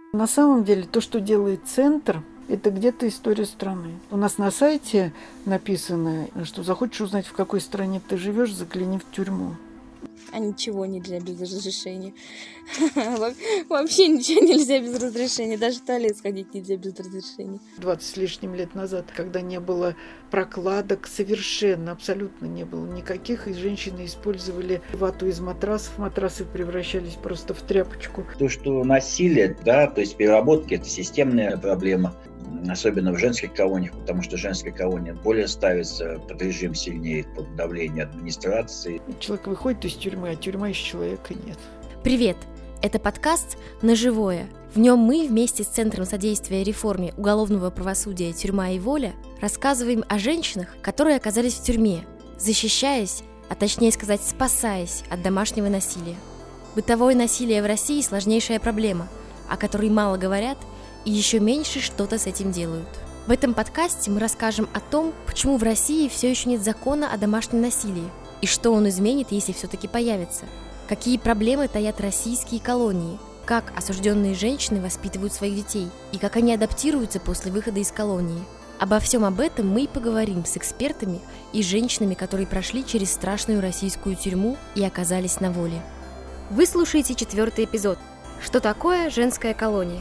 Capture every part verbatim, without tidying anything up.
На самом деле, то, что делает центр, это где-то история страны. У нас на сайте написано, что захочешь узнать, в какой стране ты живешь, загляни в тюрьму. А ничего нельзя без разрешения. Вообще ничего нельзя без разрешения. Даже в туалет сходить нельзя без разрешения. Двадцать с лишним лет назад, когда не было прокладок, совершенно, абсолютно не было никаких, и женщины использовали вату из матрасов. Матрасы превращались просто в тряпочку. То, что насилие, да, то есть переработки, это системная проблема. Особенно в женских колониях, потому что женская колония более ставится под режим сильнее, под давление администрации. Человек выходит из тюрьмы, а тюрьма из человека нет. Привет! Это подкаст «На живое». В нем мы вместе с Центром содействия реформе уголовного правосудия «Тюрьма и воля» рассказываем о женщинах, которые оказались в тюрьме, защищаясь, а точнее сказать, спасаясь от домашнего насилия. Бытовое насилие в России – сложнейшая проблема, о которой мало говорят, и еще меньше что-то с этим делают. В этом подкасте мы расскажем о том, почему в России все еще нет закона о домашнем насилии, и что он изменит, если все-таки появится. Какие проблемы таят российские колонии, как осужденные женщины воспитывают своих детей, и как они адаптируются после выхода из колонии. Обо всем об этом мы и поговорим с экспертами и женщинами, которые прошли через страшную российскую тюрьму и оказались на воле. Вы слушаете четвертый эпизод. Что такое женская колония?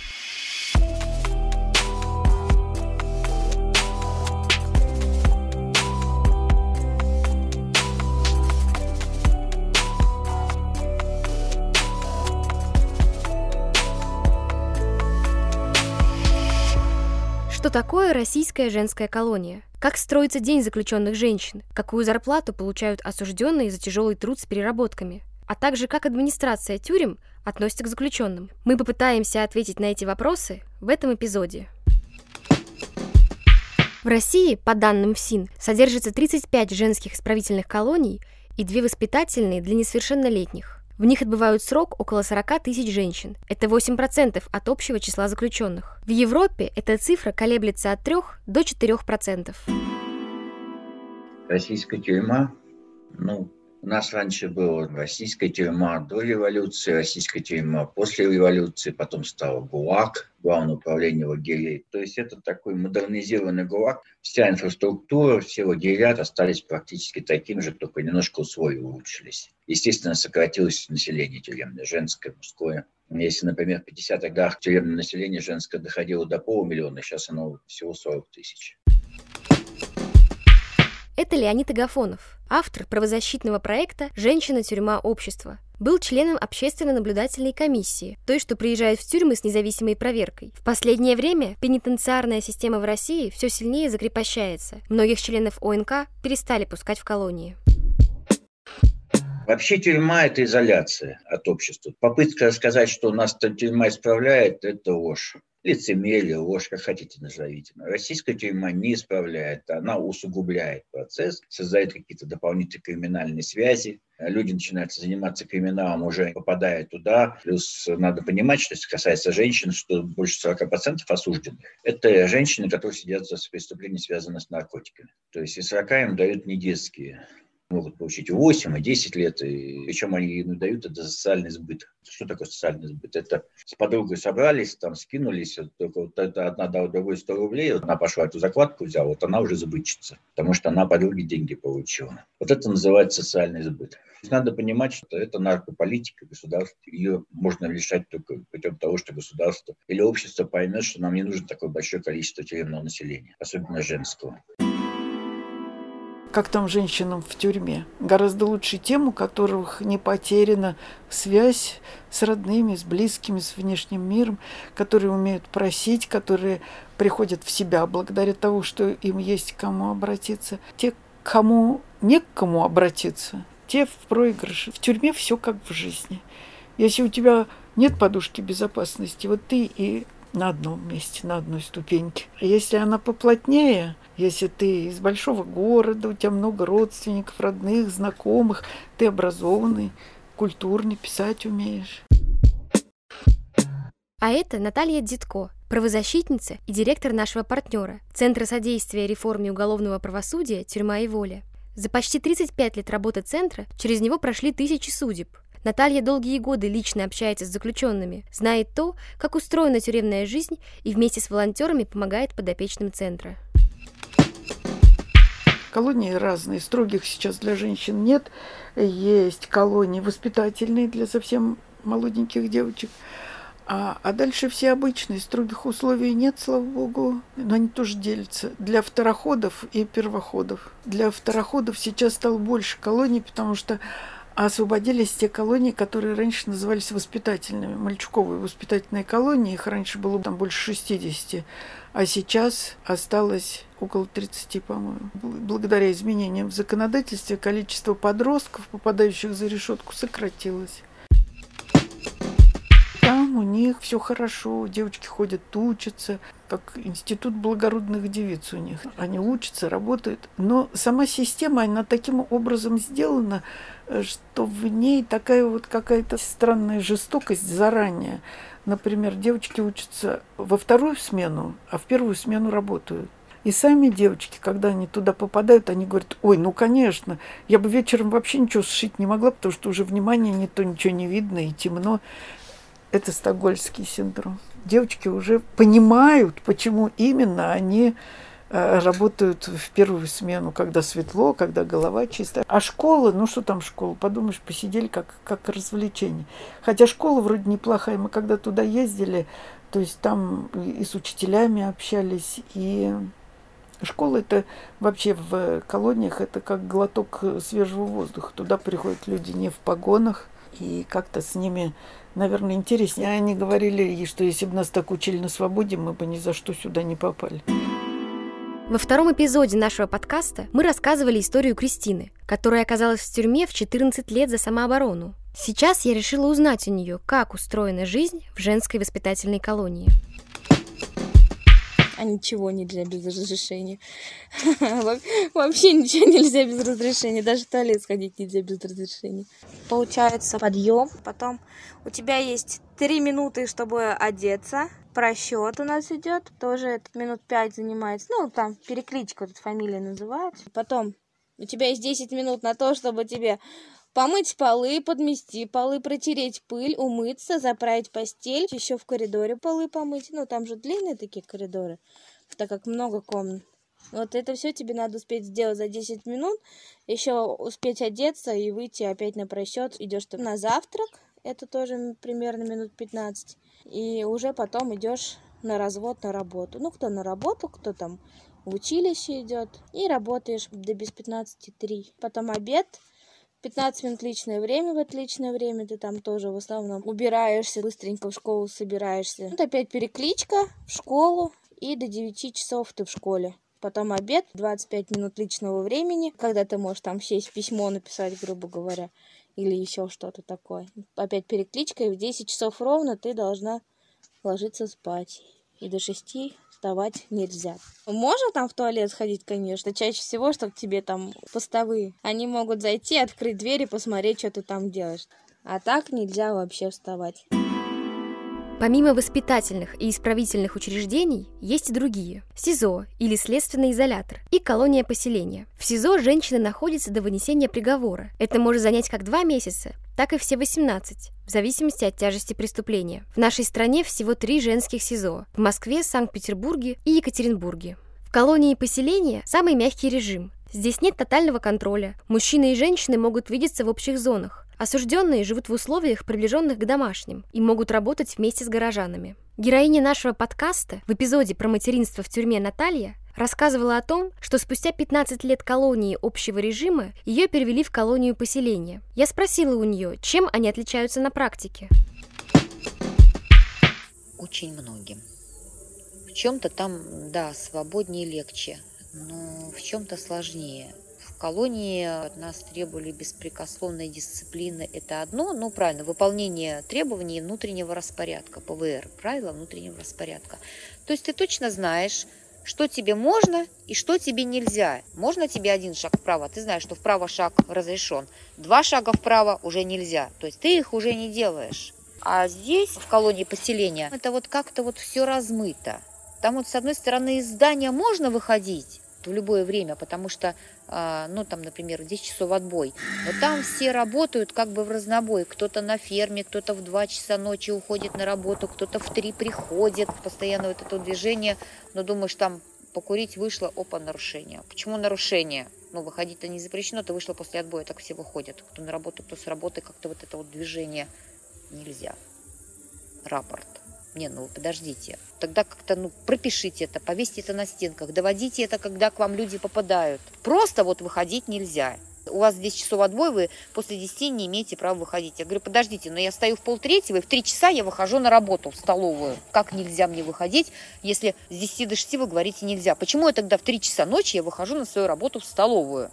Что такое российская женская колония? Как строится день заключенных женщин? Какую зарплату получают осужденные за тяжелый труд с переработками? А также как администрация тюрем относится к заключенным? Мы попытаемся ответить на эти вопросы в этом эпизоде. В России, по данным ФСИН, содержится тридцать пять женских исправительных колоний и две воспитательные для несовершеннолетних. В них отбывают срок около сорок тысяч женщин. Это восемь процентов от общего числа заключенных. В Европе эта цифра колеблется от трёх до четырёх процентов. Российская тюрьма, ну, у нас раньше была российская тюрьма до революции, российская тюрьма после революции, потом стала ГУЛАГ, Главное управление лагерей. То есть это такой модернизированный ГУЛАГ. Вся инфраструктура, все лагеря остались практически таким же, только немножко условия улучшились. Естественно, сократилось население тюремное, женское, мужское. Если, например, в пятидесятых годах тюремное население женское доходило до полумиллиона, сейчас оно всего сорок тысяч. Это Леонид Агафонов, автор правозащитного проекта «Женщина, тюрьма, общество». Был членом общественно-наблюдательной комиссии, той, что приезжает в тюрьмы с независимой проверкой. В последнее время пенитенциарная система в России все сильнее закрепощается. Многих членов О Н К перестали пускать в колонии. Вообще тюрьма – это изоляция от общества. Попытка сказать, что нас тюрьма исправляет – это ложь. Лицемерие, ложь, как хотите назовите. Российская тюрьма не исправляет, она усугубляет процесс, создает какие-то дополнительные криминальные связи. Люди начинают заниматься криминалом, уже попадая туда. Плюс надо понимать, что если касается женщин, что больше сорок процентов осужденных – это женщины, которые сидят за преступления, связанные с наркотиками. То есть и сорок им дают не детские. Могут получить восемь и десять лет, и причем они им дают это за социальный сбыт. Что такое социальный сбыт? Это с подругой собрались, там скинулись, вот, только вот это одна дала другой сто рублей, вот она пошла эту закладку взяла, вот она уже сбытчица, потому что она подруге деньги получила. Вот это называется социальный сбыт. Надо понимать, что это наркополитика государства, ее можно решать только путем того, что государство или общество поймет, что нам не нужно такое большое количество тюремного населения, особенно женского. Как там женщинам в тюрьме? Гораздо лучше тем, у которых не потеряна связь с родными, с близкими, с внешним миром, которые умеют просить, которые приходят в себя благодаря тому, что им есть к кому обратиться. Те, кому не к кому обратиться, те в проигрыше. В тюрьме все как в жизни. Если у тебя нет подушки безопасности, вот ты и на одном месте, на одной ступеньке. А если она поплотнее, если ты из большого города, у тебя много родственников, родных, знакомых, ты образованный, культурный, писать умеешь. А это Наталья Дзитко, правозащитница и директор нашего партнера, Центра содействия реформе уголовного правосудия «Тюрьма и воля». За почти тридцать пять лет работы Центра через него прошли тысячи судеб. Наталья долгие годы лично общается с заключенными, знает то, как устроена тюремная жизнь, и вместе с волонтерами помогает подопечным центра. Колонии разные, строгих сейчас для женщин нет. Есть колонии воспитательные для совсем молоденьких девочек. А, а дальше все обычные, строгих условий нет, слава богу, но они тоже делятся. Для второходов и первоходов. Для второходов сейчас стало больше колоний, потому что освободились те колонии, которые раньше назывались воспитательными. Мальчуковые воспитательные колонии, их раньше было там больше шестидесяти, а сейчас осталось около тридцати, по-моему. Благодаря изменениям в законодательстве количество подростков, попадающих за решетку, сократилось. Там у них все хорошо, девочки ходят, учатся, как институт благородных девиц у них. Они учатся, работают. Но сама система, она таким образом сделана, что в ней такая вот какая-то странная жестокость заранее. Например, девочки учатся во вторую смену, а в первую смену работают. И сами девочки, когда они туда попадают, они говорят: ой, ну конечно, я бы вечером вообще ничего сшить не могла, потому что уже внимания не то, ничего не видно и темно. Это стокгольмский синдром. Девочки уже понимают, почему именно они э, работают в первую смену, когда светло, когда голова чистая. А школа, ну что там школа, подумаешь, посидели как, как развлечение. Хотя школа вроде неплохая, мы когда туда ездили, то есть там и с учителями общались, и школа это вообще в колониях, это как глоток свежего воздуха. Туда приходят люди не в погонах, и как-то с ними, наверное, интереснее. Они говорили, что если бы нас так учили на свободе, мы бы ни за что сюда не попали. Во втором эпизоде нашего подкаста мы рассказывали историю Кристины, которая оказалась в тюрьме в четырнадцать лет за самооборону. Сейчас я решила узнать у нее, как устроена жизнь в женской воспитательной колонии. А ничего нельзя без разрешения. Вообще ничего нельзя без разрешения. Даже в туалет сходить нельзя без разрешения. Получается подъем. Потом у тебя есть три минуты, чтобы одеться. Просчет у нас идет. Тоже минут пять занимается. Ну, там перекличка, тут фамилия называется. Потом у тебя есть десять минут на то, чтобы тебе помыть полы, подмести полы, протереть пыль, умыться, заправить постель, еще в коридоре полы помыть. Ну, там же длинные такие коридоры, так как много комнат. Вот это все тебе надо успеть сделать за десять минут, еще успеть одеться и выйти опять на просчет. Идешь ты на завтрак, это тоже примерно минут пятнадцать, и уже потом идешь на развод, на работу. Ну, кто на работу, кто там в училище идет, и работаешь до без пятнадцати три. Потом обед. пятнадцать минут личное время, в это личное время ты там тоже в основном убираешься, быстренько в школу собираешься. Вот опять перекличка в школу, и до девяти часов ты в школе. Потом обед, двадцать пять минут личного времени, когда ты можешь там сесть, письмо написать, грубо говоря, или еще что-то такое. Опять перекличка, и в десять часов ровно ты должна ложиться спать. И до шести вставать нельзя. Можно там в туалет сходить, конечно. Чаще всего, чтобы тебе там постовые. Они могут зайти, открыть дверь и посмотреть, что ты там делаешь. А так нельзя вообще вставать. Помимо воспитательных и исправительных учреждений, есть и другие. СИЗО или следственный изолятор и колония поселения. В СИЗО женщина находится до вынесения приговора. Это может занять как два месяца, так и все восемнадцать, в зависимости от тяжести преступления. В нашей стране всего три женских СИЗО – в Москве, Санкт-Петербурге и Екатеринбурге. В колонии поселения самый мягкий режим. Здесь нет тотального контроля. Мужчины и женщины могут видеться в общих зонах. Осужденные живут в условиях, приближенных к домашним, и могут работать вместе с горожанами. Героиня нашего подкаста в эпизоде про материнство в тюрьме Наталья рассказывала о том, что спустя пятнадцать лет колонии общего режима ее перевели в колонию поселения. Я спросила у нее, чем они отличаются на практике. Очень многим. В чем-то там, да, свободнее и легче, но в чем-то сложнее. В колонии от нас требовали беспрекословной дисциплины. Это одно, ну правильно, выполнение требований внутреннего распорядка, Пэ Вэ Эр, правила внутреннего распорядка. То есть ты точно знаешь, что тебе можно и что тебе нельзя. Можно тебе один шаг вправо, ты знаешь, что вправо шаг разрешен. Два шага вправо уже нельзя, то есть ты их уже не делаешь. А здесь, в колонии поселения, это вот как-то вот все размыто. Там вот с одной стороны из здания можно выходить, в любое время, потому что, ну, там, например, в десять часов отбой. Но там все работают как бы в разнобой. Кто-то на ферме, кто-то в два часа ночи уходит на работу, кто-то в три приходит. Постоянно вот это движение. Но думаешь, там покурить вышло, опа, нарушение. Почему нарушение? Ну, выходить-то не запрещено, ты вышла после отбоя, так все выходят. Кто на работу, кто с работы, как-то вот это вот движение нельзя. Рапорт. Не, ну подождите. Тогда как-то, ну, пропишите это, повесьте это на стенках, доводите это, когда к вам люди попадают. Просто вот выходить нельзя. У вас десять часов отбой, вы после десяти не имеете права выходить. Я говорю, подождите, но я стою в полтретьего, и в три часа я выхожу на работу, в столовую. Как нельзя мне выходить, если с десяти до шести вы говорите нельзя? Почему я тогда в три часа ночи я выхожу на свою работу в столовую?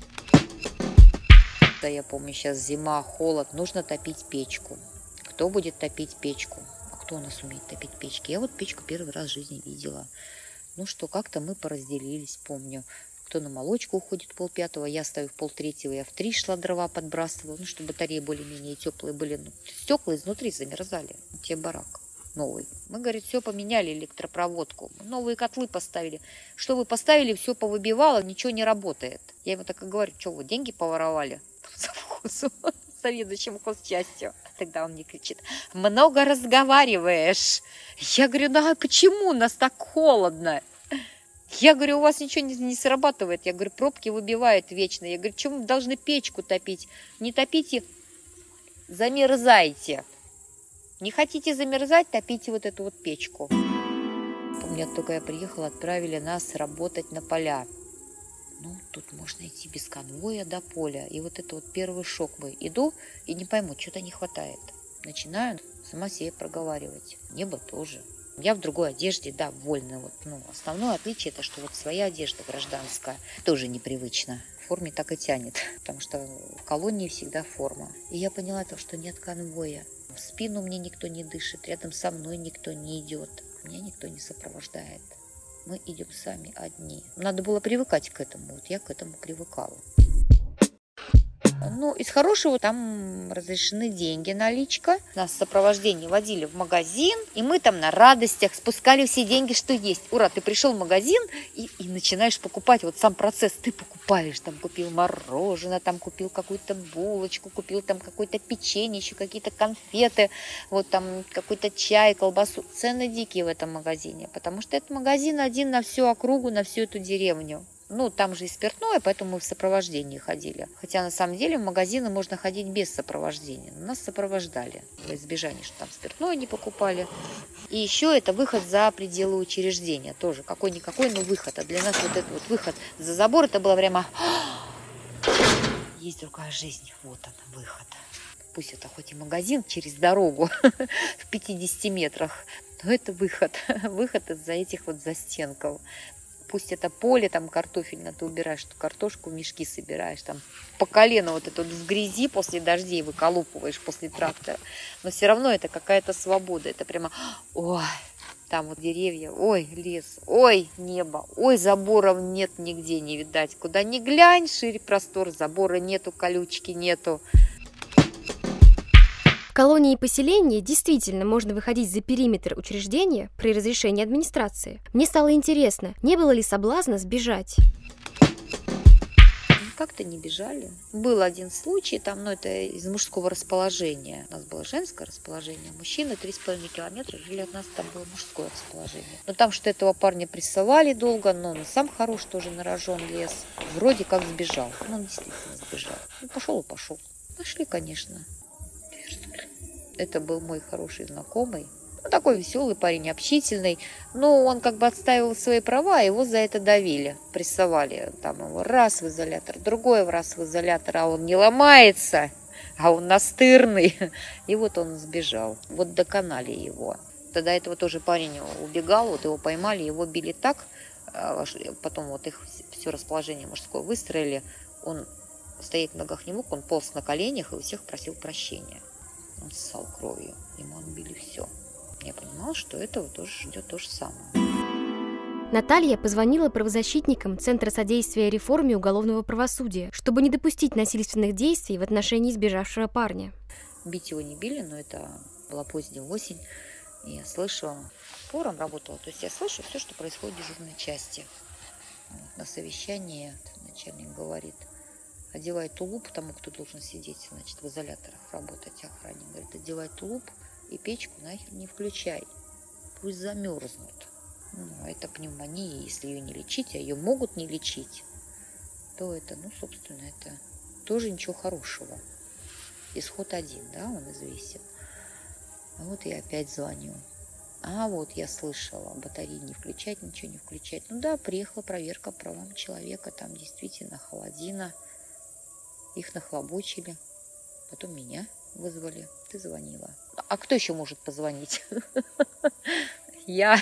Да, я помню, сейчас зима, холод, нужно топить печку. Кто будет топить печку? Кто у нас умеет топить печки? Я вот печку первый раз в жизни видела. Ну что, как-то мы поразделились, помню. Кто на молочку уходит в полпятого, я стою в полтретьего, я в три шла дрова подбрасывала, ну, чтобы батареи более-менее теплые были. Ну, стекла изнутри замерзали. Те барак новый. Мы, говорит, все поменяли, электропроводку. Новые котлы поставили. Что вы поставили, все повыбивало, ничего не работает. Я ему так и говорю, что вы деньги поворовали? Совхозу, заведующим хозчастью. Тогда он мне кричит, много разговариваешь. Я говорю, ну а почему у нас так холодно? Я говорю, у вас ничего не, не срабатывает. Я говорю, пробки выбивают вечно. Я говорю, почему мы должны печку топить? Не топите, замерзайте. Не хотите замерзать, топите вот эту вот печку. Помню, только я приехала, отправили нас работать на поля. Ну, тут можно идти без конвоя до поля. И вот это вот первый шок был. Иду и не пойму, что-то не хватает. Начинаю сама себе проговаривать. Небо тоже. Я в другой одежде, да, вольно. Вот, ну, основное отличие это, что вот своя одежда гражданская тоже непривычно. В форме так и тянет, потому что в колонии всегда форма. И я поняла то, что нет конвоя. В спину мне никто не дышит, рядом со мной никто не идет. Меня никто не сопровождает. Мы идем сами одни. Надо было привыкать к этому. Вот я к этому привыкала. Ну, из хорошего там разрешены деньги, наличка. Нас в сопровождении водили в магазин, и мы там на радостях спускали все деньги, что есть. Ура, ты пришел в магазин и, и начинаешь покупать. Вот сам процесс. Ты покупаешь, там купил мороженое, там купил какую-то булочку, купил там какое-то печенье, еще какие-то конфеты, вот там какой-то чай, колбасу. Цены дикие в этом магазине, потому что это магазин один на всю округу, на всю эту деревню. Ну, там же и спиртное, поэтому мы в сопровождении ходили. Хотя, на самом деле, в магазины можно ходить без сопровождения. Но нас сопровождали во избежание, что там спиртное не покупали. И еще это выход за пределы учреждения. Тоже какой-никакой, но выход. А для нас вот этот вот выход за забор, это было прямо... Есть другая жизнь. Вот он, выход. Пусть это хоть и магазин через дорогу в пятидесяти метрах, но это выход. Выход из-за этих вот застенков. Пусть это поле, там картофельно ты убираешь, что картошку в мешки собираешь, там по колено вот это вот в грязи после дождей выколупываешь после трактора. Но все равно это какая-то свобода. Это прямо, ой, там вот деревья, ой, лес, ой, небо, ой, заборов нет нигде не видать. Куда ни глянь, шире простор, забора нету, колючки нету. В колонии и поселении действительно можно выходить за периметр учреждения при разрешении администрации. Мне стало интересно, не было ли соблазна сбежать? Как-то не бежали. Был один случай, там, ну, это из мужского расположения. У нас было женское расположение. Мужчины три с половиной километра жили от нас, там было мужское расположение. Но там что этого парня прессовали долго, но он сам хорош, тоже на рожон лез. Вроде как сбежал. Ну, он действительно сбежал. Ну, пошел и пошел. Нашли, конечно. Это был мой хороший знакомый. Ну, такой веселый парень, общительный. Но он как бы отстаивал свои права, его за это давили, прессовали. Там его раз в изолятор, другой раз в изолятор, а он не ломается, а он настырный. И вот он сбежал. Вот доконали его. Тогда этого тоже парень убегал, вот его поймали, его били так. Потом вот их все расположение мужское выстроили. Он стоять в ногах не мог, он полз на коленях и у всех просил прощения. Он ссал кровью, ему отбили все. Я понимала, что этого тоже ждет то же самое. Наталья позвонила правозащитникам Центра содействия реформе уголовного правосудия, чтобы не допустить насильственных действий в отношении сбежавшего парня. Бить его не били, но это была поздняя осень. И я слышала, пором работала, то есть я слышу все, что происходит в дежурной части. на совещании начальник говорит: одевай тулуп тому, кто должен сидеть, значит, в изоляторах работать, охранник. Говорит: одевай тулуп и печку нахер не включай, пусть замерзнут. Ну, это пневмония, если ее не лечить, а ее могут не лечить, то это, ну, собственно, это тоже ничего хорошего. Исход один, да, он известен. А вот я опять звоню. А вот я слышала, батареи не включать, ничего не включать. Ну да, приехала проверка по правам человека, там действительно холодина. Их нахлобучили, потом меня вызвали. Ты звонила. А кто еще может позвонить? Я.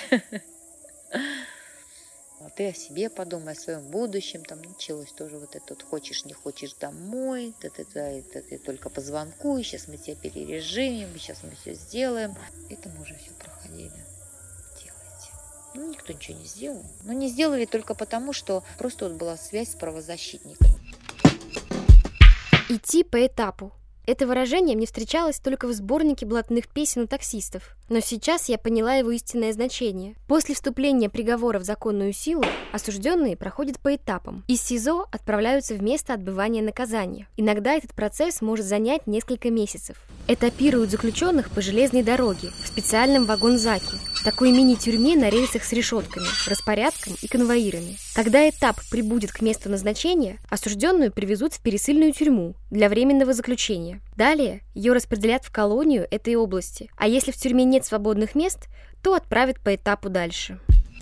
А ты о себе подумай, о своем будущем. Там началось тоже вот это вот: хочешь, не хочешь домой, ты только по звонку, сейчас мы тебя перережим, сейчас мы все сделаем. Это мы уже все проходили. Делайте. Ну, никто ничего не сделал. Ну, не сделали только потому, что просто вот была связь с правозащитниками. Идти по этапу. Это выражение мне встречалось только в сборнике блатных песен у таксистов, но сейчас я поняла его истинное значение. После вступления приговора в законную силу осужденные проходят по этапам. Из СИЗО отправляются в место отбывания наказания. Иногда этот процесс может занять несколько месяцев. Этапируют заключенных по железной дороге в специальном вагонзаке, такой мини-тюрьме на рельсах с решетками, распорядком и конвоирами. Когда этап прибудет к месту назначения, осужденную привезут в пересыльную тюрьму для временного заключения. Далее ее распределят в колонию этой области, а если в тюрьме нет свободных мест, то отправят по этапу дальше.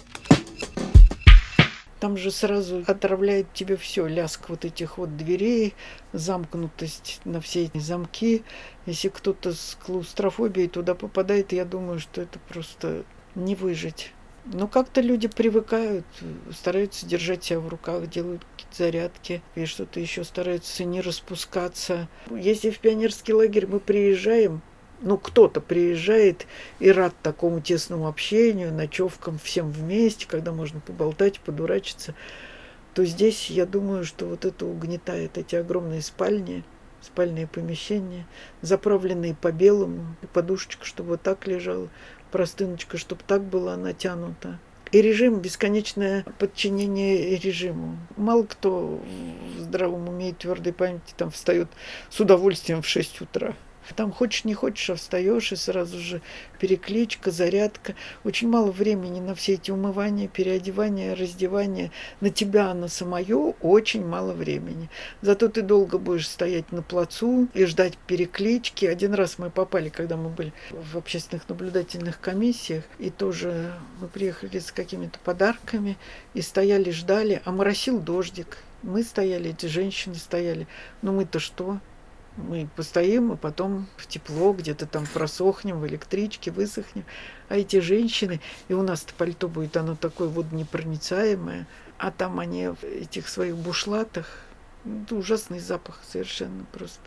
Там же сразу отравляет тебе все, лязг вот этих вот дверей, замкнутость на все эти замки. Если кто-то с клаустрофобией туда попадает, я думаю, что это просто не выжить. Но как-то люди привыкают, стараются держать себя в руках, делают какие-то зарядки и что-то еще, стараются не распускаться. Если в пионерский лагерь мы приезжаем, ну, кто-то приезжает и рад такому тесному общению, ночевкам всем вместе, когда можно поболтать, подурачиться, то здесь, я думаю, что вот это угнетает эти огромные спальни, спальные помещения, заправленные по белому, подушечка, чтобы вот так лежала, простыночка, чтобы так была натянута. И режим, бесконечное подчинение режиму. Мало кто в здравом уме и твердой памяти там встает с удовольствием в шесть утра. Там хочешь не хочешь, а встаешь, и сразу же перекличка, зарядка. Очень мало времени на все эти умывания, переодевания, раздевания. На тебя, на самое очень мало времени. Зато ты долго будешь стоять на плацу и ждать переклички. Один раз мы попали, когда мы были в общественных наблюдательных комиссиях, и тоже мы приехали с какими-то подарками, и стояли, ждали, а моросил дождик. Мы стояли, эти женщины стояли. Ну мы-то что? Мы постоим, и потом в тепло, где-то там просохнем, в электричке высохнем. А эти женщины, и у нас-то пальто будет, оно такое водонепроницаемое, а там они в этих своих бушлатах, это ужасный запах совершенно просто.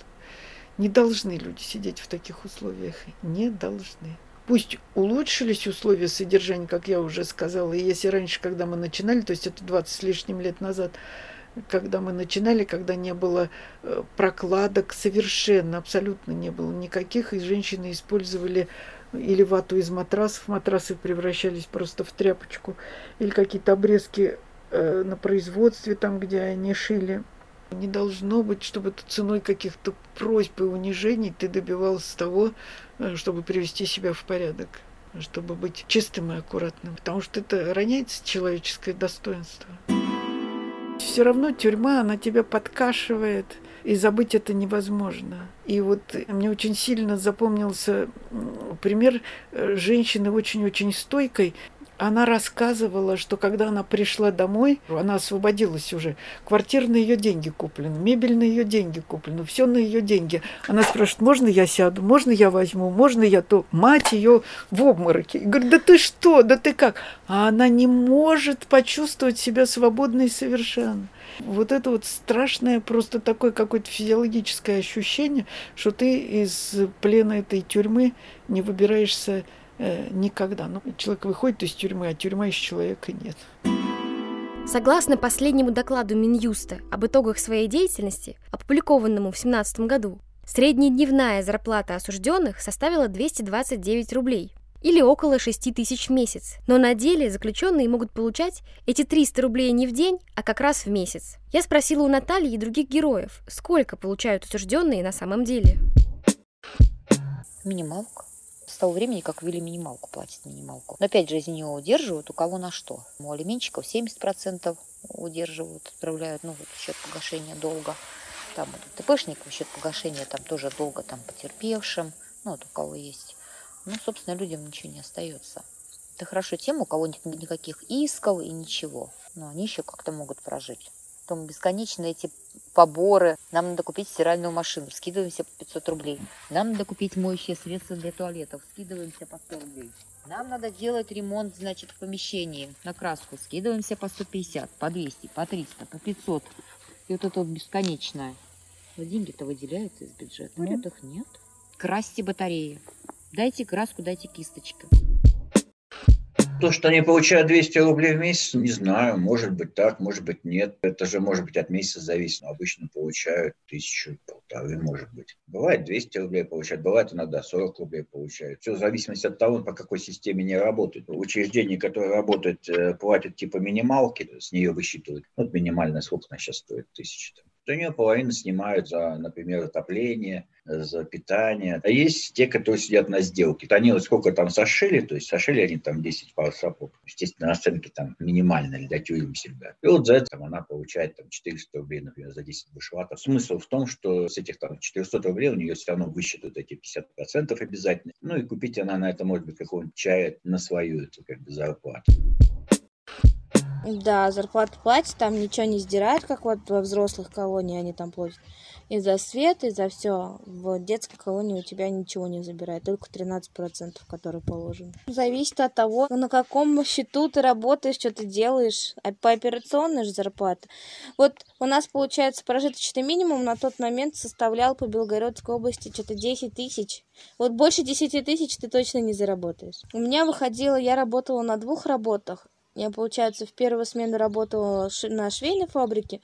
Не должны люди сидеть в таких условиях, не должны. Пусть улучшились условия содержания, как я уже сказала, и если раньше, когда мы начинали, то есть это двадцать с лишним лет назад, когда мы начинали, когда не было прокладок, совершенно, абсолютно не было никаких, и женщины использовали или вату из матрасов, матрасы превращались просто в тряпочку, или какие-то обрезки э, на производстве, там, где они шили. Не должно быть, чтобы ценой каких-то просьб и унижений ты добивался того, чтобы привести себя в порядок, чтобы быть чистым и аккуратным, потому что это роняется человеческое достоинство. Все равно тюрьма, она тебя подкашивает, и забыть это невозможно. И вот мне очень сильно запомнился пример женщины очень-очень стойкой. Она рассказывала, что когда она пришла домой, она освободилась уже, квартира на ее деньги куплена, мебель на ее деньги куплена, все на ее деньги. Она спрашивает: можно я сяду, можно я возьму, можно я то? Мать ее в обмороке. И говорит: да ты что, да ты как? А она не может почувствовать себя свободной совершенно. Вот это вот страшное, просто такое какое-то физиологическое ощущение, что ты из плена этой тюрьмы не выбираешься никогда. Ну, человек выходит из тюрьмы, а тюрьма из человека нет. Согласно последнему докладу Минюста об итогах своей деятельности, опубликованному в две тысячи семнадцатом году, среднедневная зарплата осужденных составила двести двадцать девять рублей. или около шесть тысяч в месяц. Но на деле заключенные могут получать эти триста рублей не в день, а как раз в месяц. Я спросила у Натальи и других героев, сколько получают осужденные на самом деле. Минималка. С того времени, как ввели минималку, платят минималку. Но опять же из нее удерживают у кого на что. У алименщиков семьдесят процентов удерживают, отправляют, ну, вот, в счет погашения долга. Там у ТПшников в счет погашения там тоже долго там потерпевшим, ну, вот у кого есть. Ну, собственно, людям ничего не остается. Это хорошо тем, у кого нет никаких исков и ничего. Но они еще как-то могут прожить. Потом бесконечно эти поборы. Нам надо купить стиральную машину, скидываемся по пятьсот рублей. Нам надо купить моющие средства для туалетов, скидываемся по сто рублей. Нам надо делать ремонт, значит, в помещении на краску, скидываемся по сто пятьдесят, по двести, по триста, по пятьсот. И вот это вот бесконечное. Но деньги-то выделяются из бюджета. Нет, их нет. Красьте батареи. Дайте краску, дайте кисточки. То, что они получают двести рублей в месяц, не знаю, может быть так, может быть нет. Это же может быть от месяца зависит. Но обычно получают тысячу, полторы, может быть. Бывает двести рублей получают, бывает иногда сорок рублей получают. Все в зависимости от того, по какой системе они работают. Учреждение, которое работает, платит типа минималки, с нее высчитывают. Вот минимальная сколько она сейчас стоит, тысяча. То у нее половину снимают за, например, отопление, за питание. А есть те, которые сидят на сделке. Они вот сколько там сошили, то есть сошили они там десять пар сапог. Естественно, расценки там минимальные для тюрьмы всегда. И вот за это там, она получает там четыреста рублей, например, за десять бушлатов. Смысл в том, что с этих там четыреста рублей у нее все равно высчитают эти пятьдесят процентов обязательно. Ну и купить она на это может быть какого-нибудь чая на свою эту как бы зарплату. Да, зарплату платят, там ничего не сдирают, как вот во взрослых колониях они там платят. И за свет, и за все. В детской колонии у тебя ничего не забирают, только тринадцать процентов, которые положены. Зависит от того, на каком счету ты работаешь, что ты делаешь. А по операционной же зарплата. Вот у нас, получается, прожиточный минимум на тот момент составлял по Белгородской области что-то десять тысяч. Вот больше десять тысяч ты точно не заработаешь. У меня выходило, я работала на двух работах. Я, получается, в первую смену работала на швейной фабрике,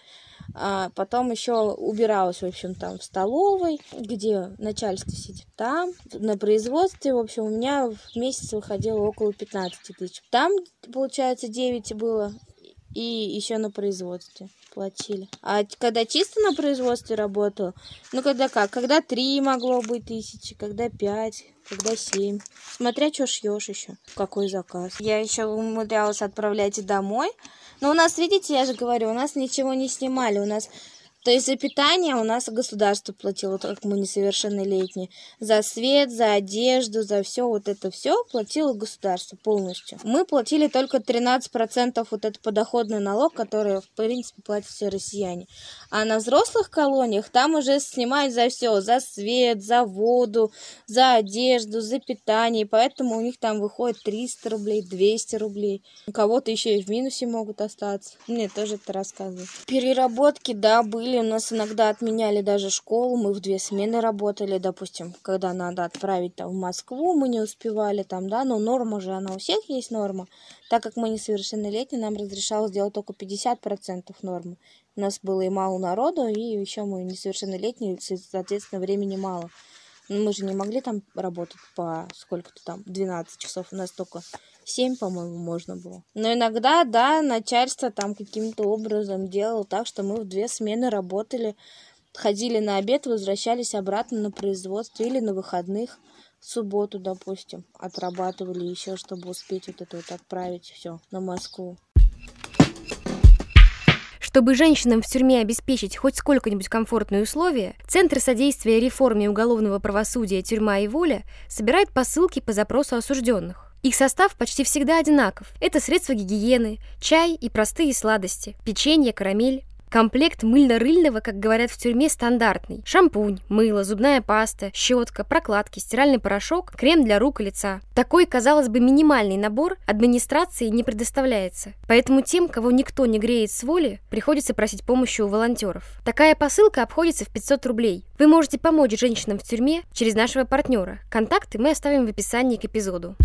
а потом еще убиралась, в общем, там в столовой, где начальство сидит. Там, на производстве, в общем, у меня в месяц выходило около пятнадцать тысяч. Там, получается, девять было, и еще на производстве платили. А когда чисто на производстве работала, ну, когда как? Когда три могло быть тысячи, когда пять, когда семь. Смотря, что шьешь еще, какой заказ. Я еще умудрялась отправлять домой. Но у нас, видите, я же говорю, у нас ничего не снимали. У нас, то есть за питание у нас государство платило, вот как мы несовершеннолетние. За свет, за одежду, за все, вот это все платило государство полностью. Мы платили только тринадцать процентов вот этот подоходный налог, который, в принципе, платят все россияне. А на взрослых колониях там уже снимают за все, за свет, за воду, за одежду, за питание. Поэтому у них там выходит триста рублей, двести рублей. У кого-то еще и в минусе могут остаться. Мне тоже это рассказывают. Переработки, да, были. У нас иногда отменяли даже школу. Мы в две смены работали, допустим, когда надо отправить там в Москву, мы не успевали там, да, но норма же, она у всех есть норма. Так как мы несовершеннолетние, нам разрешалось делать только пятьдесят процентов нормы. У нас было и мало народу, и еще мы несовершеннолетние, соответственно, времени мало. Мы же не могли там работать по сколько-то там, двенадцать часов, у нас только семь, по-моему, можно было. Но иногда, да, начальство там каким-то образом делало так, что мы в две смены работали, ходили на обед, возвращались обратно на производство или на выходных, в субботу, допустим, отрабатывали еще, чтобы успеть вот это вот отправить все на Москву. Чтобы женщинам в тюрьме обеспечить хоть сколько-нибудь комфортные условия, Центр содействия реформе уголовного правосудия «Тюрьма и воля» собирает посылки по запросу осужденных. Их состав почти всегда одинаков. Это средства гигиены, чай и простые сладости, печенье, карамель. Комплект мыльно-рыльного, как говорят в тюрьме, стандартный. Шампунь, мыло, зубная паста, щетка, прокладки, стиральный порошок, крем для рук и лица. Такой, казалось бы, минимальный набор администрации не предоставляется. Поэтому тем, кого никто не греет с воли, приходится просить помощи у волонтеров. Такая посылка обходится в пятьсот рублей. Вы можете помочь женщинам в тюрьме через нашего партнера. Контакты мы оставим в описании к эпизоду.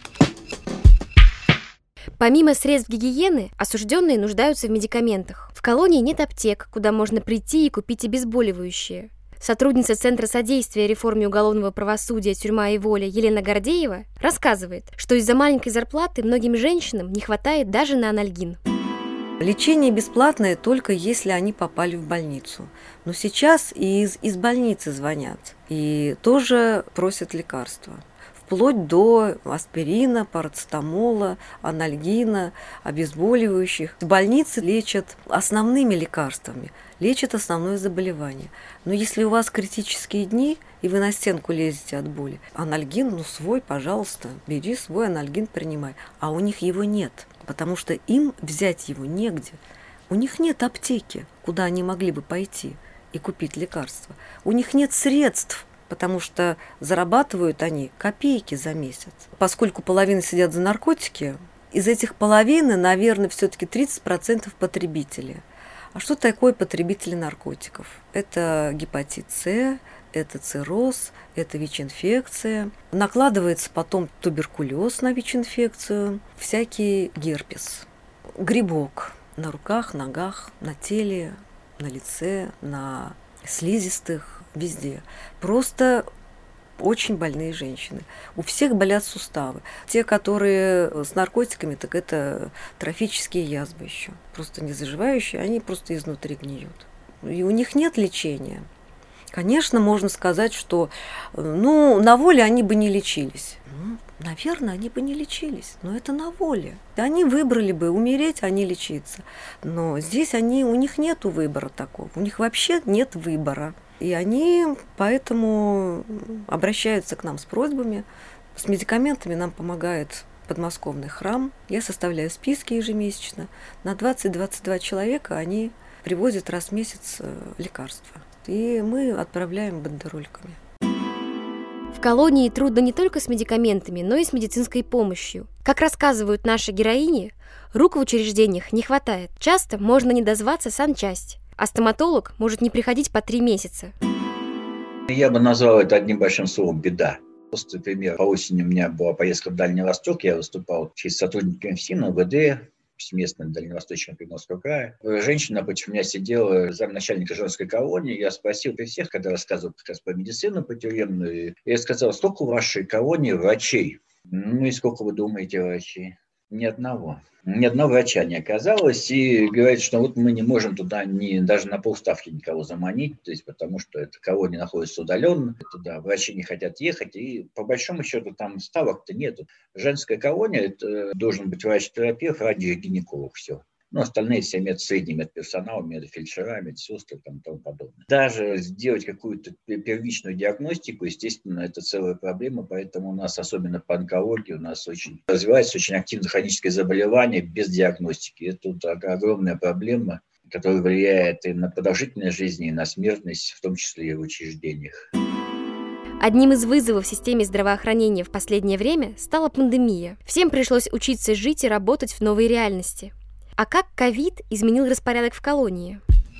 Помимо средств гигиены, осужденные нуждаются в медикаментах. В колонии нет аптек, куда можно прийти и купить обезболивающее. Сотрудница Центра содействия реформе уголовного правосудия «Тюрьма и воля» Елена Гордеева рассказывает, что из-за маленькой зарплаты многим женщинам не хватает даже на анальгин. Лечение бесплатное только если они попали в больницу. Но сейчас и из, из больницы звонят и тоже просят лекарства. Вплоть до аспирина, парацетамола, анальгина, обезболивающих. В больнице лечат основными лекарствами, лечат основное заболевание. Но если у вас критические дни, и вы на стенку лезете от боли, анальгин, ну свой, пожалуйста, бери свой анальгин, принимай. А у них его нет, потому что им взять его негде. У них нет аптеки, куда они могли бы пойти и купить лекарства. У них нет средств, потому что зарабатывают они копейки за месяц. Поскольку половина сидят за наркотики, из этих половины, наверное, все-таки тридцать процентов потребители. А что такое потребители наркотиков? Это гепатит С, это цирроз, это ВИЧ-инфекция. Накладывается потом туберкулез на ВИЧ-инфекцию, всякий герпес. Грибок на руках, ногах, на теле, на лице, на слизистых, везде. Просто очень больные женщины. У всех болят суставы. Те, которые с наркотиками, так это трофические язвы еще. Просто не заживающие, они просто изнутри гниют. И у них нет лечения. Конечно, можно сказать, что ну, на воле они бы не лечились. Ну, наверное, они бы не лечились, но это на воле. Они выбрали бы умереть, а не лечиться. Но здесь они, у них нет выбора такого. У них вообще нет выбора. И они поэтому обращаются к нам с просьбами. С медикаментами нам помогает подмосковный храм. Я составляю списки ежемесячно. На двадцать-двадцать два человека они привозят раз в месяц лекарства. И мы отправляем бандерольками. В колонии трудно не только с медикаментами, но и с медицинской помощью. Как рассказывают наши героини, рук в учреждениях не хватает. Часто можно не дозваться санчасть, а стоматолог может не приходить по три месяца. Я бы назвал это одним большим словом «беда». Просто, например, по осени у меня была поездка в Дальний Восток, я выступал через сотрудниками ФСИН, МВД, местным Дальневосточного Приморского края. Женщина напротив меня сидела, замначальника женской колонии. Я спросил при всех, когда рассказывал как раз про медицину, по тюремную, я сказал, сколько в вашей колонии врачей? Ну и сколько вы думаете врачей? Ни одного. Ни одного врача не оказалось. И говорит, что вот мы не можем туда ни, даже на полставки никого заманить, то есть потому что эта колония находится удаленно, туда врачи не хотят ехать, и по большому счету там ставок-то нету. Женская колония, это должен быть врач-терапевт, радиогинеколог, все. Ну, остальные все медсредние, медперсонал, медфельдшера, медсестры и тому подобное. Даже сделать какую-то первичную диагностику, естественно, это целая проблема, поэтому у нас, особенно по онкологии, у нас очень развивается очень активно хроническое заболевание без диагностики. Это огромная проблема, которая влияет и на продолжительность жизни, и на смертность, в том числе и в учреждениях. Одним из вызовов в системе здравоохранения в последнее время стала пандемия. Всем пришлось учиться жить и работать в новой реальности. А как ковид изменил распорядок в колонии?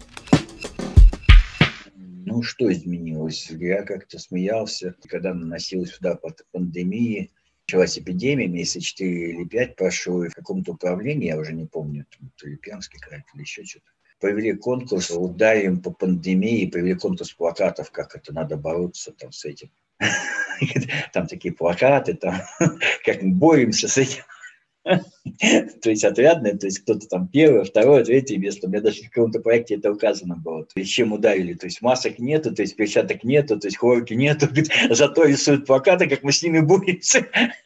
Ну, что изменилось? Я как-то смеялся, когда наносилась сюда под пандемией. Началась эпидемия, месяца четыре или пять прошло, и в каком-то управлении, я уже не помню, то ли Пермский край, или еще что-то, провели конкурс «Ударим по пандемии», провели конкурс плакатов, как это надо бороться там, с этим. Там такие плакаты, там, как мы боремся с этим. То есть отрядные, то есть кто-то там первое, второе, третье место. У меня даже в каком-то проекте это указано было. И чем ударили? То есть масок нету, то есть перчаток нету, то есть хлорки нету. Зато рисуют плакаты, как мы с ними боремся.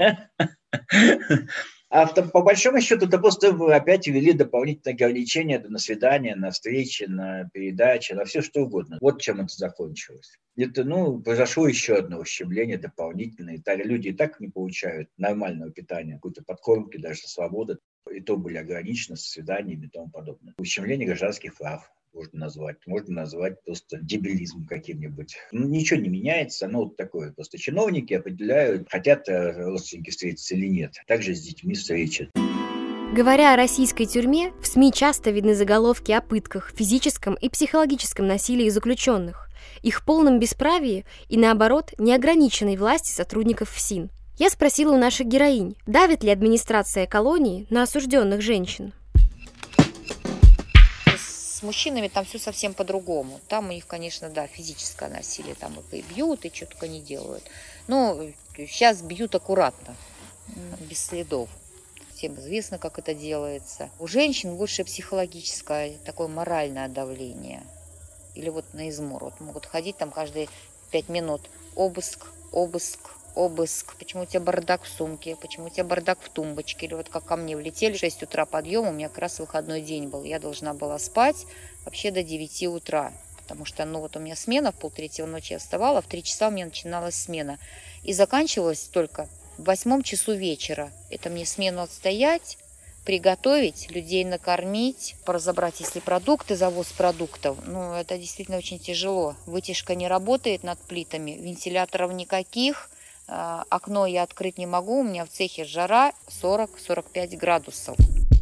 А по большому счету, это просто опять ввели дополнительные ограничения на свидания, на встречи, на передачи, на все что угодно. Вот чем это закончилось. Это, ну, произошло еще одно ущемление дополнительное. Люди и так не получают нормального питания, какой-то подкормки, даже со свободы. И то были ограничены со свиданиями и тому подобное. Ущемление гражданских прав можно назвать. Можно назвать просто дебилизм каким-нибудь. Ну, ничего не меняется. Ну, вот такое. Просто чиновники определяют, хотят родственники встретиться или нет. Также с детьми встречи. Говоря о российской тюрьме, в СМИ часто видны заголовки о пытках, физическом и психологическом насилии заключенных, их полном бесправии и, наоборот, неограниченной власти сотрудников ФСИН. Я спросила у наших героинь, давит ли администрация колонии на осужденных женщин. С С мужчинами там все совсем по-другому. Там у них, конечно, да, физическое насилие. Там их и бьют, и что только не делают. Но сейчас бьют аккуратно, без следов. Всем известно, как это делается. У женщин больше психологическое, такое моральное давление. Или вот на измор. Вот могут ходить там каждые пять минут. Обыск, обыск, обыск. Почему у тебя бардак в сумке? Почему у тебя бардак в тумбочке? Или вот как ко мне влетели, в шесть утра подъем, у меня как раз выходной день был. Я должна была спать вообще до девяти утра. Потому что, ну вот у меня смена в полтретьего ночи, я вставала, в три часа у меня начиналась смена. И заканчивалась только в восьмом часу вечера. Это мне смену отстоять, приготовить, людей накормить, разобрать, если продукты, завоз продуктов. Ну, это действительно очень тяжело. Вытяжка не работает над плитами, вентиляторов никаких. Окно я открыть не могу, у меня в цехе жара сорок - сорок пять градусов.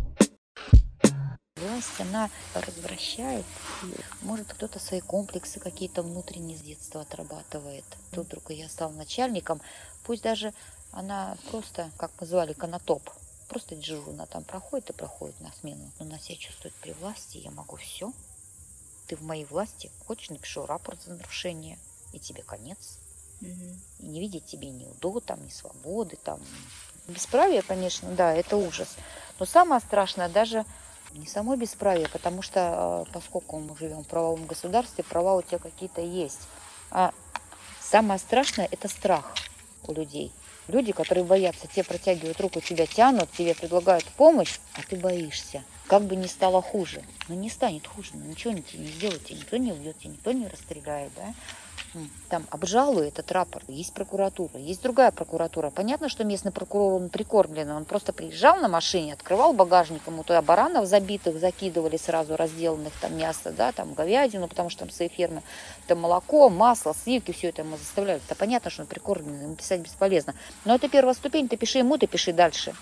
Власть, она развращает. И, может, кто-то свои комплексы какие-то внутренние с детства отрабатывает. Тут вдруг я стал начальником. Пусть даже она просто, как мы звали, конотоп. Просто дежурно там проходит и проходит на смену. Но она себя чувствует при власти, я могу все. Ты в моей власти. Хочешь, напишу рапорт за нарушение, и тебе конец. Угу. И не видеть тебе ни УДО, там, ни свободы. Там. Бесправие, конечно, да, это ужас. Но самое страшное даже не само бесправие, потому что, поскольку мы живем в правовом государстве, права у тебя какие-то есть. А самое страшное – это страх у людей. Люди, которые боятся, тебе протягивают руку, тебя тянут, тебе предлагают помощь, а ты боишься. Как бы ни стало хуже. Но не станет хуже, но ничего тебе не сделает, тебе никто не убьет, тебе никто не расстреляет, да? Там обжалуй этот рапорт. Есть прокуратура, есть другая прокуратура. Понятно, что местный прокурор, он прикормленный. Он просто приезжал на машине, открывал багажник, ему туда баранов забитых закидывали сразу, разделанных, там мясо, да, там говядину, потому что там свои фермы, там молоко, масло, сливки, все это ему заставляют. Это понятно, что он прикормленный, ему писать бесполезно. Но это первая ступень, ты пиши ему, ты пиши дальше.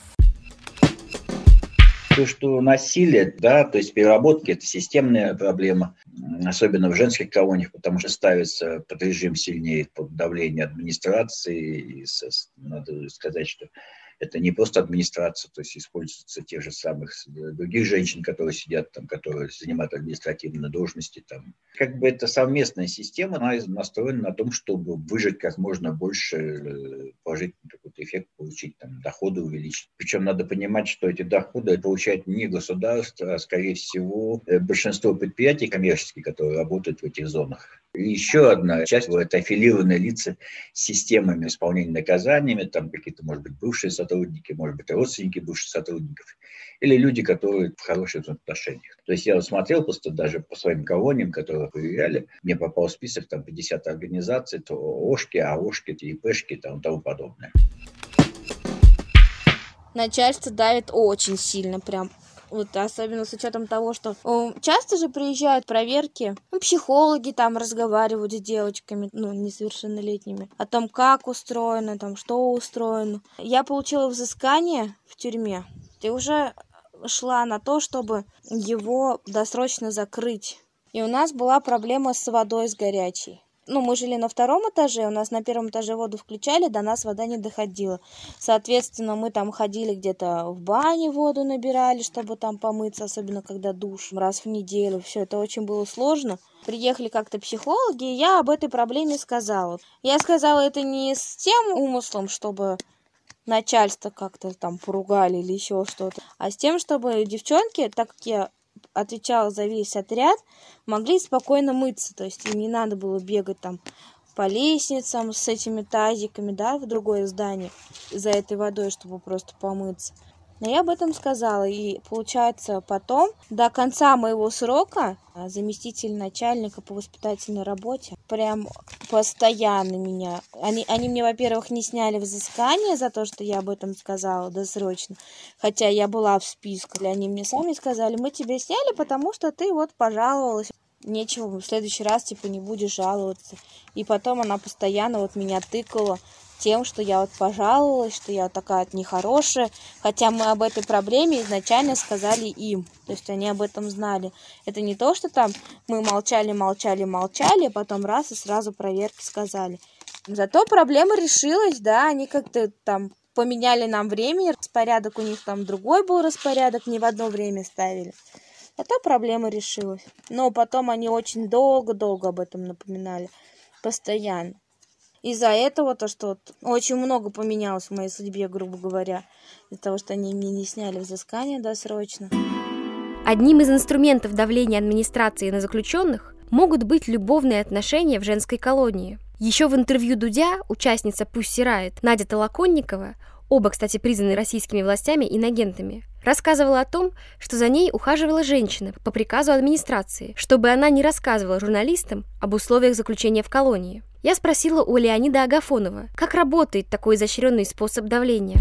То, что насилие, да, то есть переработки – это системная проблема, особенно в женских колониях, потому что ставится под режим сильнее, под давление администрации. И надо сказать, что это не просто администрация, то есть используются те же самых других женщин, которые сидят там, которые занимают административные должности. Там. Как бы это совместная система, она настроена на том, чтобы выжать как можно больше, положительный какой-то эффект получить, там, доходы увеличить. Причем надо понимать, что эти доходы получает не государство, а, скорее всего, большинство предприятий коммерческих, которые работают в этих зонах. И еще одна часть – это аффилированные лица с системами исполнения наказаниями, там какие-то, может быть, бывшие сотрудники, может быть, родственники бывших сотрудников, или люди, которые в хороших отношениях. То есть я вот смотрел просто даже по своим колониям, которые проверяли, мне попал список там пятьдесят организаций, то ОШКи, АОшки, ИПшки, там и тому подобное. Начальство давит очень сильно прям. Вот, особенно с учетом того, что о, часто же приезжают проверки, ну, психологи там разговаривают с девочками, ну, несовершеннолетними, о том, как устроено, там, что устроено. Я получила взыскание в тюрьме, и уже шла на то, чтобы его досрочно закрыть. И у нас была проблема с водой, с горячей. Ну, мы жили на втором этаже, у нас на первом этаже воду включали, до нас вода не доходила. Соответственно, мы там ходили где-то в бане, воду набирали, чтобы там помыться, особенно когда душ раз в неделю. Все это очень было сложно. Приехали как-то психологи, и я об этой проблеме сказала. Я сказала это не с тем умыслом, чтобы начальство как-то там поругали или еще что-то, а с тем, чтобы девчонки, так как я отвечала за весь отряд, могли спокойно мыться. То есть им не надо было бегать там по лестницам с этими тазиками, да, в другое здание за этой водой, чтобы просто помыться. Но я об этом сказала. И получается, потом, до конца моего срока, заместитель начальника по воспитательной работе прям постоянно меня... Они, они мне, во-первых, не сняли взыскание за то, что я об этом сказала досрочно, хотя я была в списке. Они мне сами сказали, мы тебя сняли, потому что ты вот пожаловалась. Нечего, в следующий раз, типа, не будешь жаловаться. И потом она постоянно вот меня тыкала тем, что я вот пожаловалась, что я вот такая вот нехорошая, хотя мы об этой проблеме изначально сказали им, то есть они об этом знали. Это не то, что там мы молчали, молчали, молчали, а потом раз и сразу проверки сказали. Зато проблема решилась, да, они как-то там поменяли нам время, распорядок у них там другой был распорядок, не в одно время ставили. а та проблема решилась. Но потом они очень долго-долго об этом напоминали, постоянно. Из-за этого то, что вот очень много поменялось в моей судьбе, грубо говоря, из-за того, что они мне не сняли взыскание досрочно. Одним из инструментов давления администрации на заключенных могут быть любовные отношения в женской колонии. Еще в интервью Дудя участница Pussy Riot Надя Толоконникова, оба, кстати, признаны российскими властями инагентами, рассказывала о том, что за ней ухаживала женщина по приказу администрации, чтобы она не рассказывала журналистам об условиях заключения в колонии. Я спросила у Леонида Агафонова, как работает такой изощренный способ давления.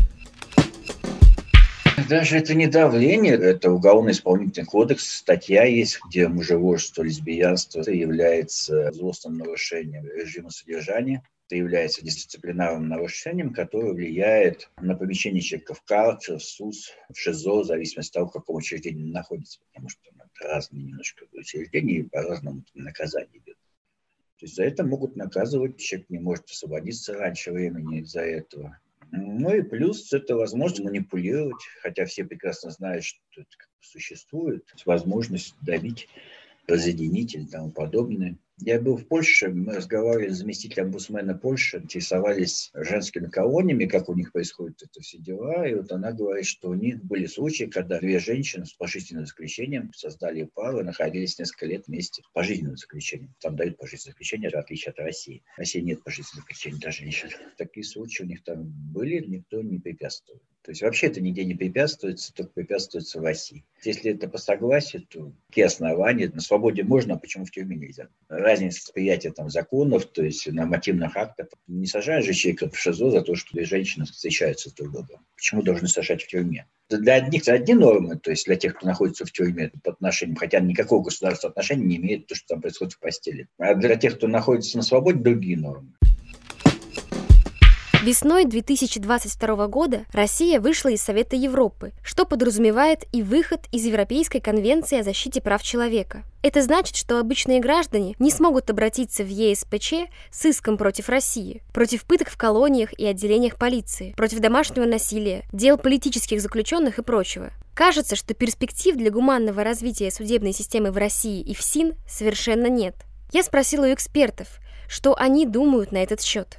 Даже это не давление, это уголовно-исполнительный кодекс, статья есть, где мужеложество, лесбиянство является злостным нарушением режима содержания. Это является дисциплинарным нарушением, которое влияет на помещение человека в карцер, в СУС, в ШИЗО, в зависимости от того, в каком учреждении он находится, потому что это разные немножко учреждения и по-разному наказание идет. То есть за это могут наказывать, человек не может освободиться раньше времени из-за этого. Ну и плюс это возможность манипулировать, хотя все прекрасно знают, что это существует, возможность давить, разъединить и тому подобное. Я был в Польше, мы разговаривали с заместителем омбудсмена Польши, интересовались женскими колониями, как у них происходят это все дела. И вот она говорит, что у них были случаи, когда две женщины с пожизненным заключением создали пару, находились несколько лет вместе с пожизненным заключением. Там дают пожизненное заключение, в отличие от России. В России нет пожизненного заключения для женщин. Такие случаи у них там были, никто не препятствовал. То есть вообще это нигде не препятствуется, только препятствуется в России. Если это по согласию, то какие основания? На свободе можно, а почему в тюрьме нельзя? Разница восприятия там законов, то есть нормативных актов. Не сажают же человека в ШИЗО за то, что две женщины встречаются друг с другом. Почему должны сажать в тюрьме? Для одних это одни нормы, то есть для тех, кто находится в тюрьме по отношениям, хотя никакого государственного отношения не имеет то, что там происходит в постели. А для тех, кто находится на свободе, другие нормы. Весной две тысячи двадцать второго года Россия вышла из Совета Европы, что подразумевает и выход из Европейской конвенции о защите прав человека. Это значит, что обычные граждане не смогут обратиться в е эс пэ че с иском против России, против пыток в колониях и отделениях полиции, против домашнего насилия, дел политических заключенных и прочего. Кажется, что перспектив для гуманного развития судебной системы в России и в СИН совершенно нет. Я спросила у экспертов, что они думают на этот счет.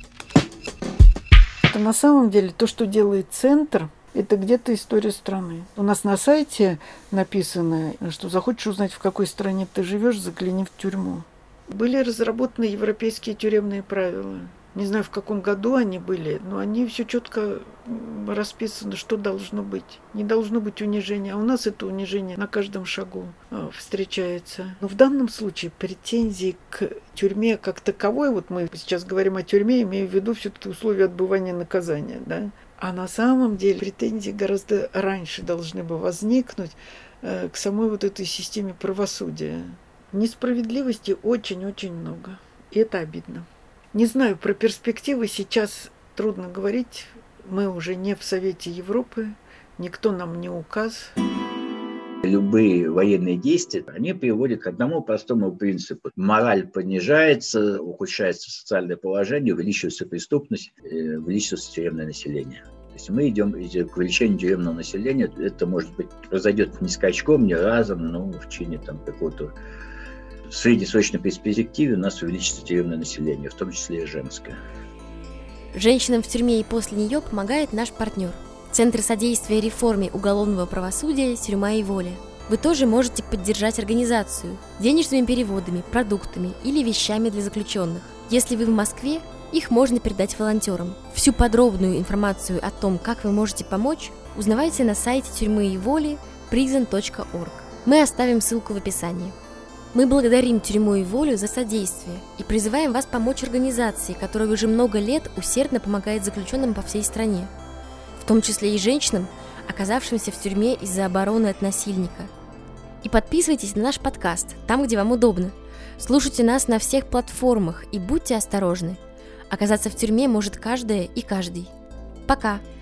На самом деле то, что делает Центр, это где-то история страны. У нас на сайте написано, что захочешь узнать, в какой стране ты живешь, загляни в тюрьму. Были разработаны европейские тюремные правила. Не знаю, в каком году они были, но они все четко расписаны, что должно быть. Не должно быть унижения, а у нас это унижение на каждом шагу встречается. Но в данном случае претензии к тюрьме как таковой, вот мы сейчас говорим о тюрьме, имею в виду все-таки условия отбывания наказания, да? А на самом деле претензии гораздо раньше должны бы возникнуть к самой вот этой системе правосудия. Несправедливости очень-очень много, и это обидно. Не знаю, про перспективы сейчас трудно говорить. Мы уже не в Совете Европы, никто нам не указ. Любые военные действия, они приводят к одному простому принципу. Мораль понижается, ухудшается социальное положение, увеличивается преступность, увеличивается тюремное население. То есть мы идем к увеличению тюремного населения. Это, может быть, произойдет не скачком, не разом, но в течение там какого-то... В среднесрочной перспективе у нас увеличится тюремное население, в том числе и женское. Женщинам в тюрьме и после нее помогает наш партнер – Центр содействия реформе уголовного правосудия «Тюрьма и воля». Вы тоже можете поддержать организацию денежными переводами, продуктами или вещами для заключенных. Если вы в Москве, их можно передать волонтерам. Всю подробную информацию о том, как вы можете помочь, узнавайте на сайте тюрьмы и воли призон точка орг. Мы оставим ссылку в описании. Мы благодарим «Тюрьму и волю» за содействие и призываем вас помочь организации, которая уже много лет усердно помогает заключенным по всей стране, в том числе и женщинам, оказавшимся в тюрьме из-за обороны от насильника. И подписывайтесь на наш подкаст там, где вам удобно. Слушайте нас на всех платформах и будьте осторожны. Оказаться в тюрьме может каждая и каждый. Пока!